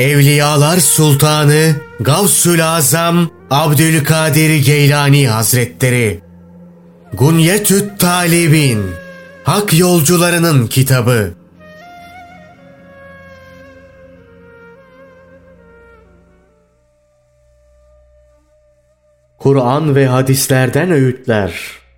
Evliyalar Sultanı Gavsül Azam Abdülkadir Geylani Hazretleri. Gunyetü't Talibin, Hak Yolcularının Kitabı. Kur'an ve hadislerden öğütler.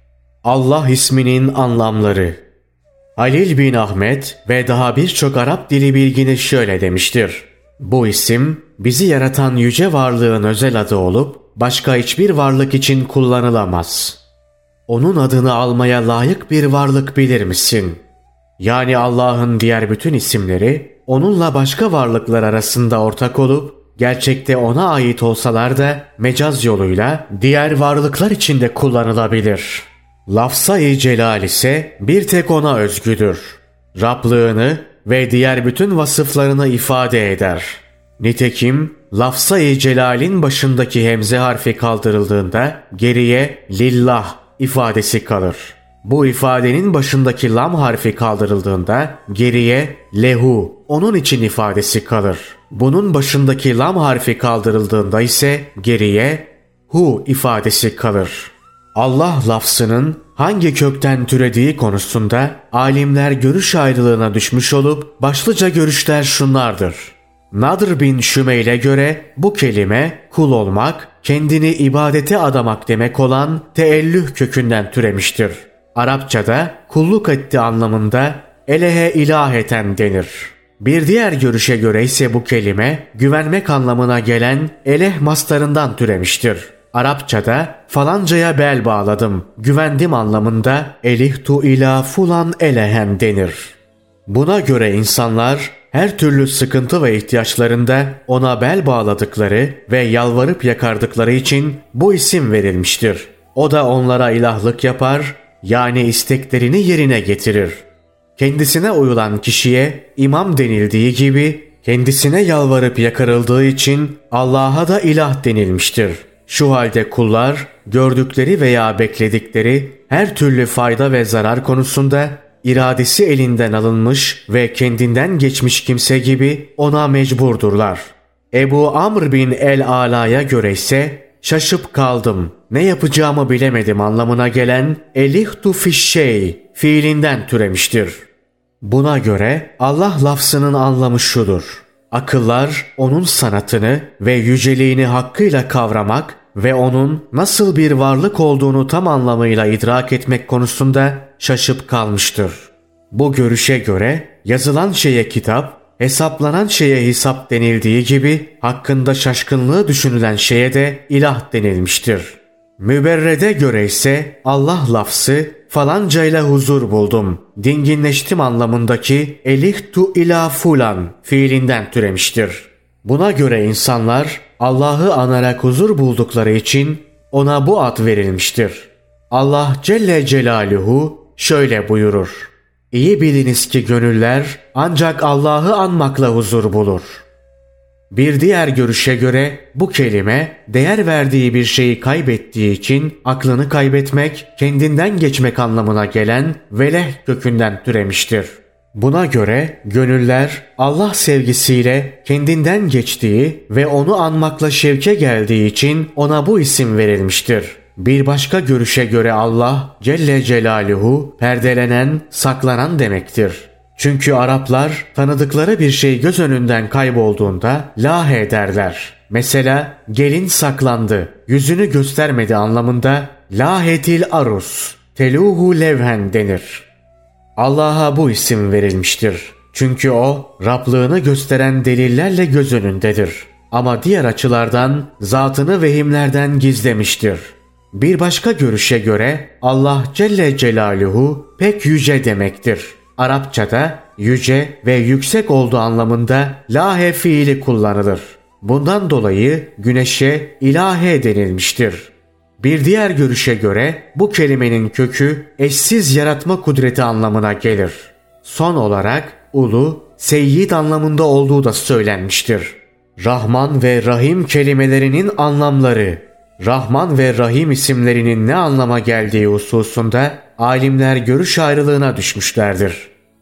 Allah isminin anlamları. Halil bin Ahmet ve daha birçok Arap dili bilgini şöyle demiştir: bu isim bizi yaratan yüce varlığın özel adı olup başka hiçbir varlık için kullanılamaz. Onun adını almaya layık bir varlık bilir misin? Yani Allah'ın diğer bütün isimleri onunla başka varlıklar arasında ortak olup gerçekte ona ait olsalar da mecaz yoluyla diğer varlıklar için de kullanılabilir. Lafza-i celal ise bir tek ona özgüdür. Rablığını ve diğer bütün vasıflarını ifade eder. Nitekim lafza-i celalin başındaki hemze harfi kaldırıldığında geriye lillah ifadesi kalır. Bu ifadenin başındaki lam harfi kaldırıldığında geriye lehu, onun için ifadesi kalır. Bunun başındaki lam harfi kaldırıldığında ise geriye hu ifadesi kalır. Allah lafzının hangi kökten türediği konusunda alimler görüş ayrılığına düşmüş olup başlıca görüşler şunlardır. Nadr bin Şümeyl'e göre bu kelime kul olmak, kendini ibadete adamak demek olan teellüh kökünden türemiştir. Arapçada kulluk etti anlamında elehe ilaheten denir. Bir diğer görüşe göre ise bu kelime güvenmek anlamına gelen eleh mastarından türemiştir. Arapçada falancaya bel bağladım, güvendim anlamında elihtu ila fulan elehen denir. Buna göre insanlar her türlü sıkıntı ve ihtiyaçlarında ona bel bağladıkları ve yalvarıp yakardıkları için bu isim verilmiştir. O da onlara ilahlık yapar, yani isteklerini yerine getirir. Kendisine uyulan kişiye imam denildiği gibi kendisine yalvarıp yakarıldığı için Allah'a da ilah denilmiştir. Şu halde kullar gördükleri veya bekledikleri her türlü fayda ve zarar konusunda iradesi elinden alınmış ve kendinden geçmiş kimse gibi ona mecburdurlar. Ebu Amr bin el-Ala'ya göre ise şaşıp kaldım, ne yapacağımı bilemedim anlamına gelen elihtu fişşey fiilinden türemiştir. Buna göre Allah lafzının anlamı şudur: akıllar onun sanatını ve yüceliğini hakkıyla kavramak ve onun nasıl bir varlık olduğunu tam anlamıyla idrak etmek konusunda şaşıp kalmıştır. Bu görüşe göre yazılan şeye kitap, hesaplanan şeye hesap denildiği gibi hakkında şaşkınlığı düşünülen şeye de ilah denilmiştir. Müberrede göre ise Allah lafzı falancayla huzur buldum, dinginleştim anlamındaki elihtu ila fulan fiilinden türemiştir. Buna göre insanlar Allah'ı anarak huzur buldukları için ona bu ad verilmiştir. Allah Celle Celaluhu şöyle buyurur: İyi biliniz ki gönüller ancak Allah'ı anmakla huzur bulur. Bir diğer görüşe göre bu kelime değer verdiği bir şeyi kaybettiği için aklını kaybetmek, kendinden geçmek anlamına gelen veleh kökünden türemiştir. Buna göre gönüller Allah sevgisiyle kendinden geçtiği ve onu anmakla şevke geldiği için ona bu isim verilmiştir. Bir başka görüşe göre Allah Celle Celaluhu perdelenen, saklanan demektir. Çünkü Araplar tanıdıkları bir şey göz önünden kaybolduğunda lahe derler. Mesela gelin saklandı, yüzünü göstermedi anlamında lahetil arus, teluhu levhen denir. Allah'a bu isim verilmiştir. Çünkü o Rablığını gösteren delillerle göz önündedir. Ama diğer açılardan zatını vehimlerden gizlemiştir. Bir başka görüşe göre Allah Celle Celaluhu pek yüce demektir. Arapçada yüce ve yüksek olduğu anlamında lahe fiili kullanılır. Bundan dolayı güneşe ilahe denilmiştir. Bir diğer görüşe göre bu kelimenin kökü eşsiz yaratma kudreti anlamına gelir. Son olarak ulu, seyyid anlamında olduğu da söylenmiştir. Rahman ve Rahim kelimelerinin anlamları. Rahman ve Rahim isimlerinin ne anlama geldiği hususunda alimler görüş ayrılığına düşmüşlerdir.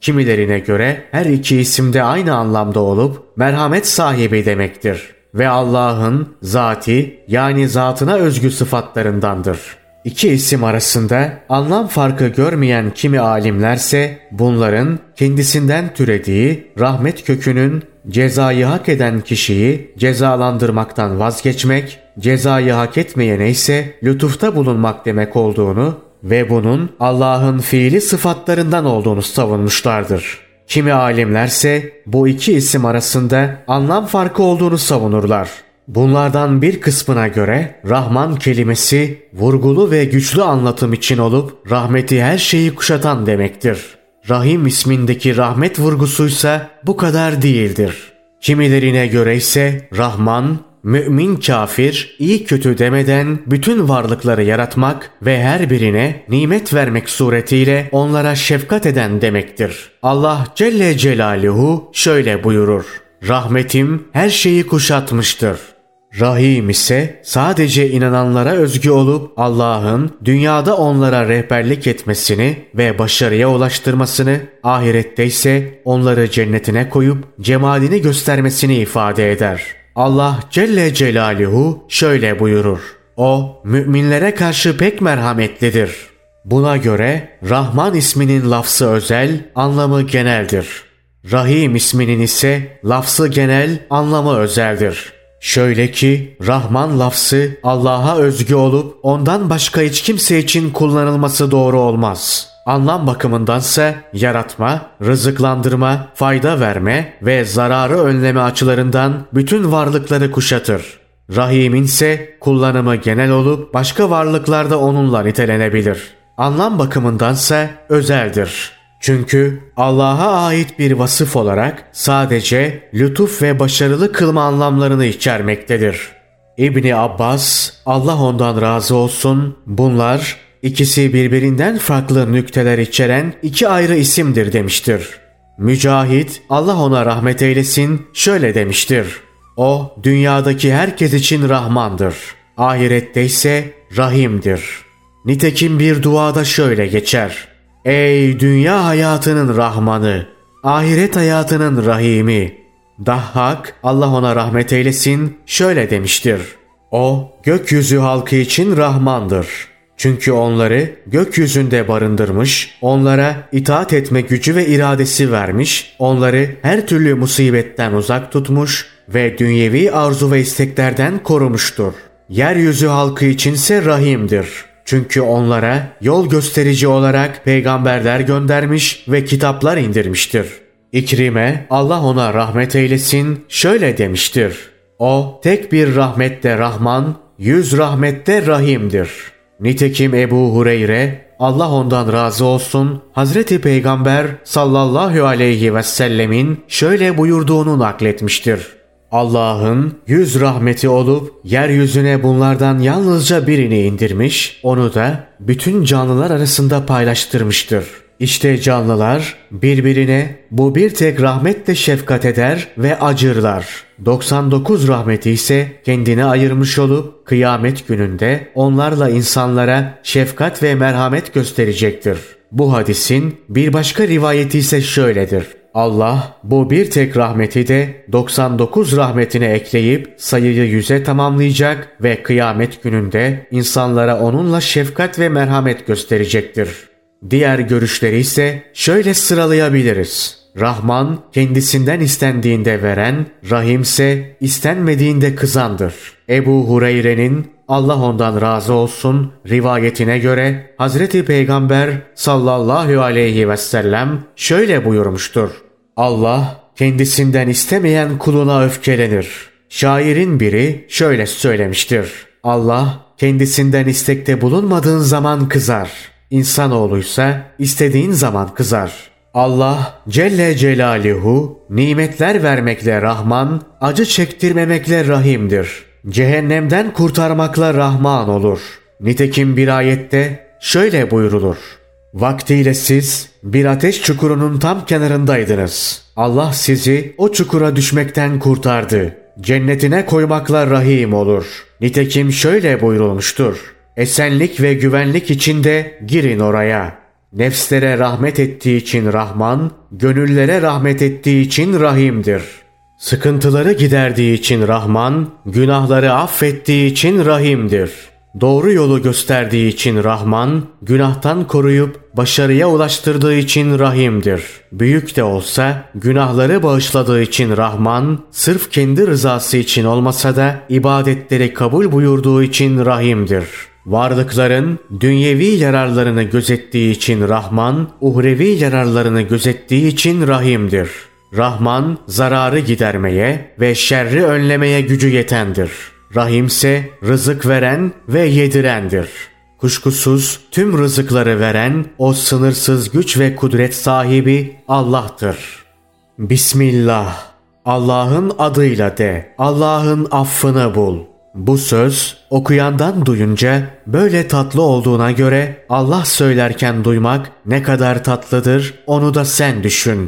Kimilerine göre her iki isim de aynı anlamda olup merhamet sahibi demektir ve Allah'ın zati yani zatına özgü sıfatlarındandır. İki isim arasında anlam farkı görmeyen kimi alimlerse bunların kendisinden türediği rahmet kökünün cezayı hak eden kişiyi cezalandırmaktan vazgeçmek, cezayı hak etmeyene ise lütufta bulunmak demek olduğunu ve bunun Allah'ın fiili sıfatlarından olduğunu savunmuşlardır. Kimi alimlerse bu iki isim arasında anlam farkı olduğunu savunurlar. Bunlardan bir kısmına göre Rahman kelimesi vurgulu ve güçlü anlatım için olup rahmeti her şeyi kuşatan demektir. Rahim ismindeki rahmet vurgusuysa bu kadar değildir. Kimilerine göre ise Rahman, mümin kafir, iyi kötü demeden bütün varlıkları yaratmak ve her birine nimet vermek suretiyle onlara şefkat eden demektir. Allah Celle Celaluhu şöyle buyurur: rahmetim her şeyi kuşatmıştır. Rahim ise sadece inananlara özgü olup Allah'ın dünyada onlara rehberlik etmesini ve başarıya ulaştırmasını, ahirette ise onları cennetine koyup cemalini göstermesini ifade eder. Allah Celle Celaluhu şöyle buyurur: o müminlere karşı pek merhametlidir. Buna göre Rahman isminin lafzı özel, anlamı geneldir. Rahim isminin ise lafzı genel, anlamı özeldir. Şöyle ki Rahman lafzı Allah'a özgü olup ondan başka hiç kimse için kullanılması doğru olmaz. Anlam bakımındansa yaratma, rızıklandırma, fayda verme ve zararı önleme açılarından bütün varlıkları kuşatır. Rahim'in ise kullanımı genel olup başka varlıklarda onunla nitelenebilir. Anlam bakımındansa özeldir. Çünkü Allah'a ait bir vasıf olarak sadece lütuf ve başarılı kılma anlamlarını içermektedir. İbni Abbas, Allah ondan razı olsun, bunlar ikisi birbirinden farklı nükteler içeren iki ayrı isimdir demiştir. Mücahit, Allah ona rahmet eylesin, şöyle demiştir: o dünyadaki herkes için Rahmandır, ahirette ise Rahim'dir. Nitekim bir duada şöyle geçer: ey dünya hayatının Rahmanı, ahiret hayatının Rahimi. Dahhak, Allah ona rahmet eylesin, şöyle demiştir: o gökyüzü halkı için Rahmandır. Çünkü onları gökyüzünde barındırmış, onlara itaat etme gücü ve iradesi vermiş, onları her türlü musibetten uzak tutmuş ve dünyevi arzu ve isteklerden korumuştur. Yeryüzü halkı içinse Rahim'dir. Çünkü onlara yol gösterici olarak peygamberler göndermiş ve kitaplar indirmiştir. İkrime, Allah ona rahmet eylesin, şöyle demiştir: o tek bir rahmette Rahman, 100 rahmette Rahim'dir. Nitekim Ebu Hureyre, Allah ondan razı olsun, Hazreti Peygamber sallallahu aleyhi ve sellemin şöyle buyurduğunu nakletmiştir: Allah'ın 100 rahmeti olup yeryüzüne bunlardan yalnızca birini indirmiş, onu da bütün canlılar arasında paylaştırmıştır. İşte canlılar birbirine bu bir tek rahmetle şefkat eder ve acırlar. 99 rahmeti ise kendine ayırmış olup kıyamet gününde onlarla insanlara şefkat ve merhamet gösterecektir. Bu hadisin bir başka rivayeti ise şöyledir: Allah bu bir tek rahmeti de 99 rahmetine ekleyip sayıyı 100'e tamamlayacak ve kıyamet gününde insanlara onunla şefkat ve merhamet gösterecektir. Diğer görüşleri ise şöyle sıralayabiliriz: Rahman kendisinden istendiğinde veren, Rahim ise istenmediğinde kızandır. Ebu Hureyre'nin Allah ondan razı olsun rivayetine göre Hazreti Peygamber sallallahu aleyhi ve sellem şöyle buyurmuştur: Allah kendisinden istemeyen kuluna öfkelenir. Şairin biri şöyle söylemiştir: Allah kendisinden istekte bulunmadığın zaman kızar. İnsanoğluysa istediğin zaman kızar. Allah Celle Celaluhu nimetler vermekle Rahman, acı çektirmemekle Rahim'dir. Cehennemden kurtarmakla Rahman olur. Nitekim bir ayette şöyle buyrulur: vaktiyle siz bir ateş çukurunun tam kenarındaydınız. Allah sizi o çukura düşmekten kurtardı. Cennetine koymakla Rahim olur. Nitekim şöyle buyurulmuştur: esenlik ve güvenlik içinde girin oraya. Nefslere rahmet ettiği için Rahman, gönüllere rahmet ettiği için Rahim'dir. Sıkıntıları giderdiği için Rahman, günahları affettiği için Rahim'dir. Doğru yolu gösterdiği için Rahman, günahtan koruyup başarıya ulaştırdığı için Rahim'dir. Büyük de olsa günahları bağışladığı için Rahman, sırf kendi rızası için olmasa da ibadetleri kabul buyurduğu için Rahim'dir. Varlıkların dünyevi yararlarını gözettiği için Rahman, uhrevi yararlarını gözettiği için Rahim'dir. Rahman, zararı gidermeye ve şerri önlemeye gücü yetendir. Rahim ise rızık veren ve yedirendir. Kuşkusuz tüm rızıkları veren o sınırsız güç ve kudret sahibi Allah'tır. Bismillah. Allah'ın adıyla de. Allah'ın affını bul. Bu söz okuyandan duyunca böyle tatlı olduğuna göre Allah söylerken duymak ne kadar tatlıdır onu da sen düşün.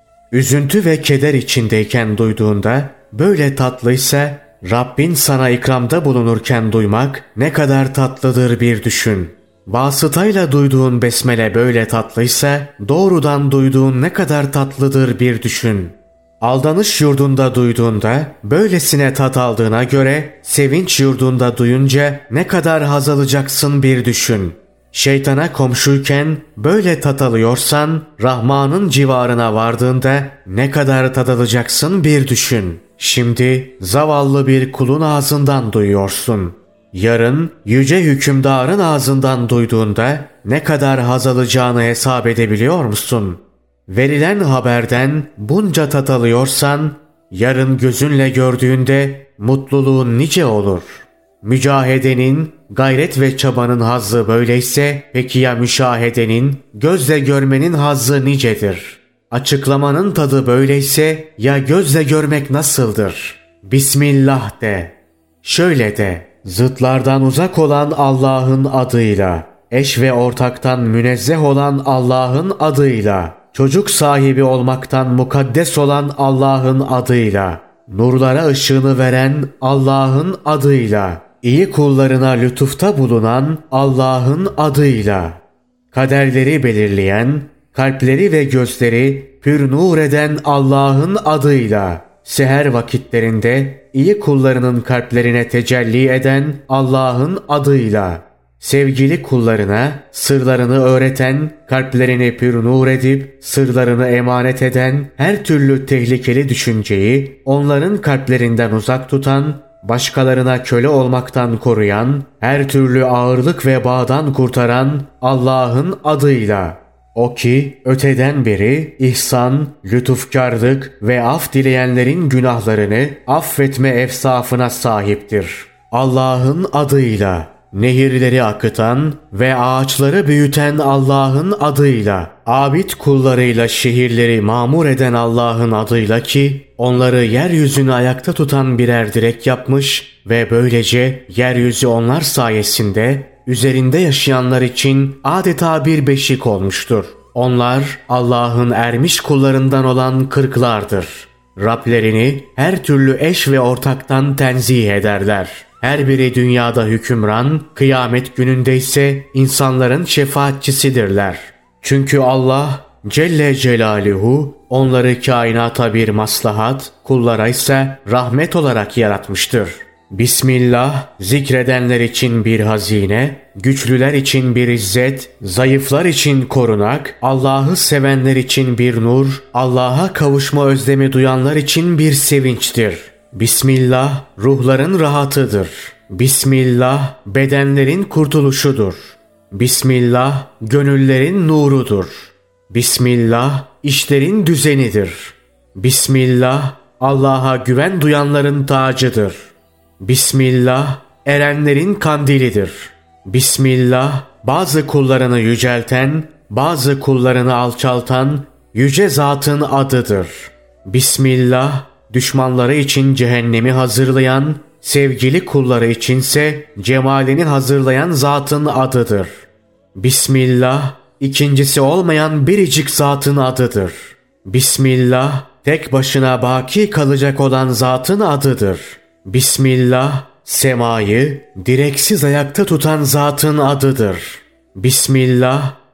Üzüntü ve keder içindeyken duyduğunda böyle tatlıysa Rabbin sana ikramda bulunurken duymak ne kadar tatlıdır bir düşün. Vasıtayla duyduğun besmele böyle tatlıysa doğrudan duyduğun ne kadar tatlıdır bir düşün. Aldanış yurdunda duyduğunda böylesine tat aldığına göre sevinç yurdunda duyunca ne kadar haz alacaksın bir düşün. Şeytana komşuyken böyle tat alıyorsan Rahman'ın civarına vardığında ne kadar tad alacaksın bir düşün. Şimdi zavallı bir kulun ağzından duyuyorsun. Yarın yüce hükümdarın ağzından duyduğunda ne kadar haz alacağını hesap edebiliyor musun? Verilen haberden bunca tat alıyorsan yarın gözünle gördüğünde mutluluğun nice olur. Mücahedenin, gayret ve çabanın hazzı böyleyse peki ya müşahedenin, gözle görmenin hazzı nicedir? Açıklamanın tadı böyleyse ya gözle görmek nasıldır? Bismillah de. Şöyle de, zıtlardan uzak olan Allah'ın adıyla, eş ve ortaktan münezzeh olan Allah'ın adıyla, çocuk sahibi olmaktan mukaddes olan Allah'ın adıyla, nurlara ışığını veren Allah'ın adıyla, iyi kullarına lütufta bulunan Allah'ın adıyla, kaderleri belirleyen, kalpleri ve gözleri pür nur eden Allah'ın adıyla, seher vakitlerinde iyi kullarının kalplerine tecelli eden Allah'ın adıyla, sevgili kullarına sırlarını öğreten, kalplerini pür nur edip sırlarını emanet eden, her türlü tehlikeli düşünceyi onların kalplerinden uzak tutan, başkalarına köle olmaktan koruyan, her türlü ağırlık ve bağdan kurtaran Allah'ın adıyla. O ki öteden beri ihsan, lütufkarlık ve af dileyenlerin günahlarını affetme efsafına sahiptir. Allah'ın adıyla, nehirleri akıtan ve ağaçları büyüten Allah'ın adıyla, abid kullarıyla şehirleri mamur eden Allah'ın adıyla ki onları yeryüzünü ayakta tutan birer direk yapmış ve böylece yeryüzü onlar sayesinde üzerinde yaşayanlar için adeta bir beşik olmuştur. Onlar Allah'ın ermiş kullarından olan kırklardır. Rablerini her türlü eş ve ortaktan tenzih ederler. Her biri dünyada hükümran, kıyamet gününde ise insanların şefaatçisidirler. Çünkü Allah Celle Celaluhu onları kainata bir maslahat, kullara ise rahmet olarak yaratmıştır. Bismillah, zikredenler için bir hazine, güçlüler için bir izzet, zayıflar için korunak, Allah'ı sevenler için bir nur, Allah'a kavuşma özlemi duyanlar için bir sevinçtir. Bismillah, ruhların rahatıdır. Bismillah, bedenlerin kurtuluşudur. Bismillah, gönüllerin nurudur. Bismillah, işlerin düzenidir. Bismillah, Allah'a güven duyanların tacıdır. Bismillah, erenlerin kandilidir. Bismillah, bazı kullarını yücelten, bazı kullarını alçaltan yüce zatın adıdır. Bismillah, düşmanları için cehennemi hazırlayan, sevgili kulları içinse cemalini hazırlayan zatın adıdır. Bismillah, ikincisi olmayan biricik zatın adıdır. Bismillah, tek başına baki kalacak olan zatın adıdır. Bismillah, semayı direksiz ayakta tutan zatın adıdır. Bismillah,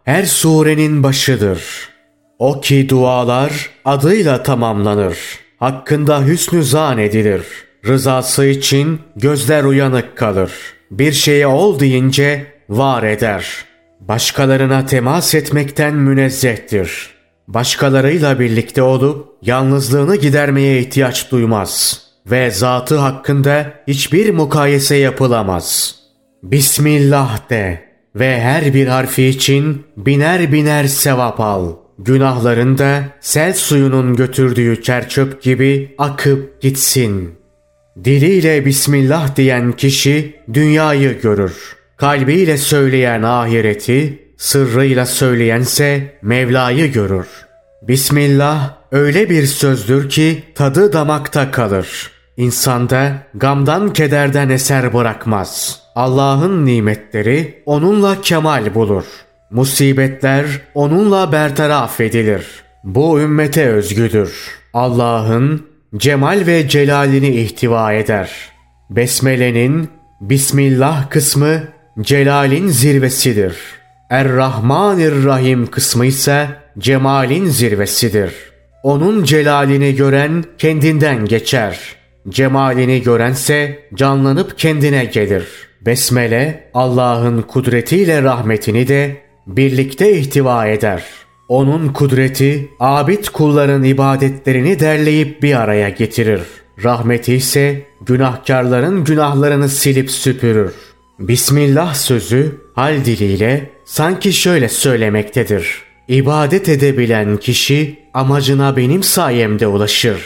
her surenin başıdır. O ki dualar adıyla tamamlanır. Hakkında hüsnü zan edilir. Rızası için gözler uyanık kalır. Bir şeye ol deyince var eder. Başkalarına temas etmekten münezzehtir. Başkalarıyla birlikte olup yalnızlığını gidermeye ihtiyaç duymaz ve zatı hakkında hiçbir mukayese yapılamaz. Bismillah de ve her bir harfi için biner biner sevap al. Günahların da sel suyunun götürdüğü çerçöp gibi akıp gitsin. Diliyle Bismillah diyen kişi dünyayı görür. Kalbiyle söyleyen ahireti, sırrıyla söyleyense Mevla'yı görür. Bismillah öyle bir sözdür ki tadı damakta kalır. İnsanda gamdan kederden eser bırakmaz. Allah'ın nimetleri onunla kemal bulur. Musibetler onunla bertaraf edilir. Bu ümmete özgüdür. Allah'ın cemal ve celalini ihtiva eder. Besmele'nin Bismillah kısmı celalin zirvesidir. Er-Rahmanir-Rahim kısmı ise cemalin zirvesidir. Onun celalini gören kendinden geçer. Cemalini görense canlanıp kendine gelir. Besmele Allah'ın kudretiyle rahmetini de birlikte ihtiva eder. Onun kudreti abid kulların ibadetlerini derleyip bir araya getirir. Rahmeti ise günahkarların günahlarını silip süpürür. Bismillah sözü hal diliyle sanki şöyle söylemektedir. İbadet edebilen kişi amacına benim sayemde ulaşır.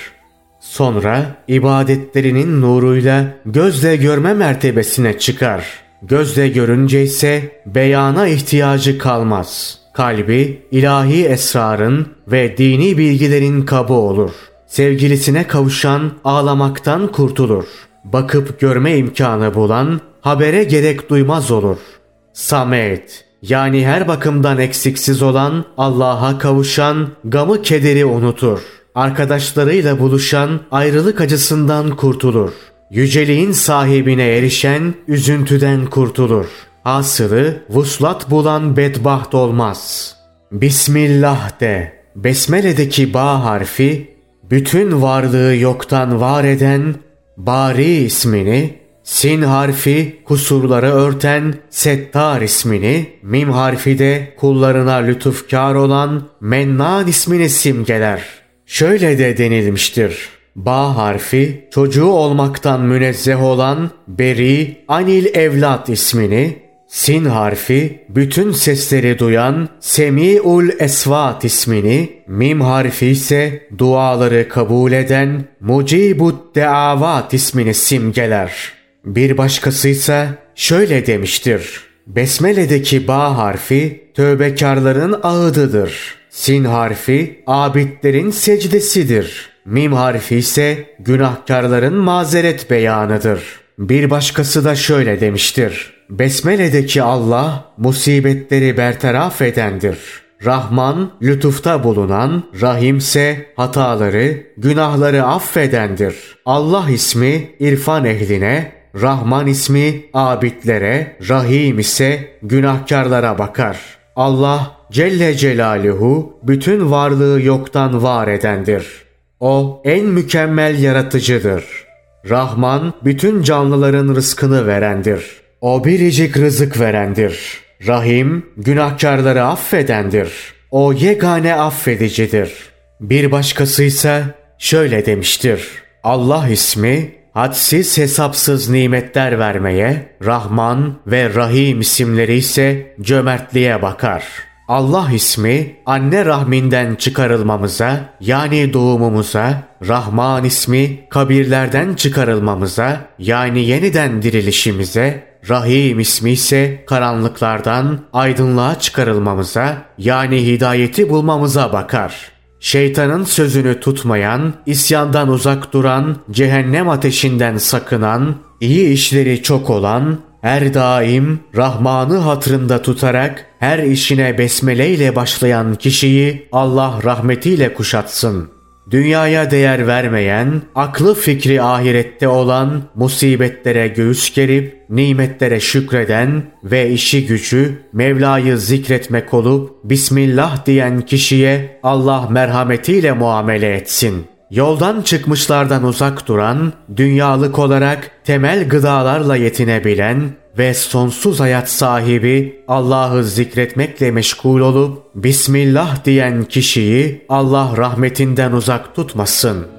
Sonra ibadetlerinin nuruyla gözle görme mertebesine çıkar. Gözle görünce ise beyana ihtiyacı kalmaz. Kalbi ilahi esrarın ve dini bilgilerin kabı olur. Sevgilisine kavuşan ağlamaktan kurtulur. Bakıp görme imkanı bulan habere gerek duymaz olur. Samet, yani her bakımdan eksiksiz olan Allah'a kavuşan gamı kederi unutur. Arkadaşlarıyla buluşan ayrılık acısından kurtulur. Yüceliğin sahibine erişen üzüntüden kurtulur. Hasılı vuslat bulan bedbaht olmaz. Bismillah de. Besmele'deki ba harfi bütün varlığı yoktan var eden Bari ismini, sin harfi kusurları örten Settar ismini, mim harfi de kullarına lütufkar olan Mennan ismini simgeler. Şöyle de denilmiştir. Ba harfi çocuğu olmaktan münezzeh olan Beri Anil Evlat ismini, sin harfi bütün sesleri duyan Semi'ul Esvat ismini, mim harfi ise duaları kabul eden Mucibud Deavat ismini simgeler. Bir başkası ise şöyle demiştir. Besmele'deki ba harfi tövbekarların ağıdıdır. Sin harfi abidlerin secdesidir. Mim harfi ise günahkarların mazeret beyanıdır. Bir başkası da şöyle demiştir. Besmele'deki Allah musibetleri bertaraf edendir. Rahman lütufta bulunan, Rahim ise hataları, günahları affedendir. Allah ismi irfan ehline, Rahman ismi abidlere, Rahim ise günahkarlara bakar. Allah Celle Celaluhu bütün varlığı yoktan var edendir. O en mükemmel yaratıcıdır. Rahman bütün canlıların rızkını verendir. O biricik rızık verendir. Rahim günahkarları affedendir. O yegane affedicidir. Bir başkası ise şöyle demiştir. Allah ismi hadsiz hesapsız nimetler vermeye, Rahman ve Rahim isimleri ise cömertliğe bakar. Allah ismi anne rahminden çıkarılmamıza, yani doğumumuza, Rahman ismi kabirlerden çıkarılmamıza, yani yeniden dirilişimize, Rahim ismi ise karanlıklardan aydınlığa çıkarılmamıza, yani hidayeti bulmamıza bakar. Şeytanın sözünü tutmayan, isyandan uzak duran, cehennem ateşinden sakınan, iyi işleri çok olan, her daim Rahman'ı hatırında tutarak her işine besmele ile başlayan kişiyi Allah rahmetiyle kuşatsın. Dünyaya değer vermeyen, aklı fikri ahirette olan, musibetlere göğüs gerip, nimetlere şükreden ve işi gücü Mevla'yı zikretmek olup Bismillah diyen kişiye Allah merhametiyle muamele etsin. Yoldan çıkmışlardan uzak duran, dünyalık olarak temel gıdalarla yetinebilen ve sonsuz hayat sahibi Allah'ı zikretmekle meşgul olup Bismillah diyen kişiyi Allah rahmetinden uzak tutmasın.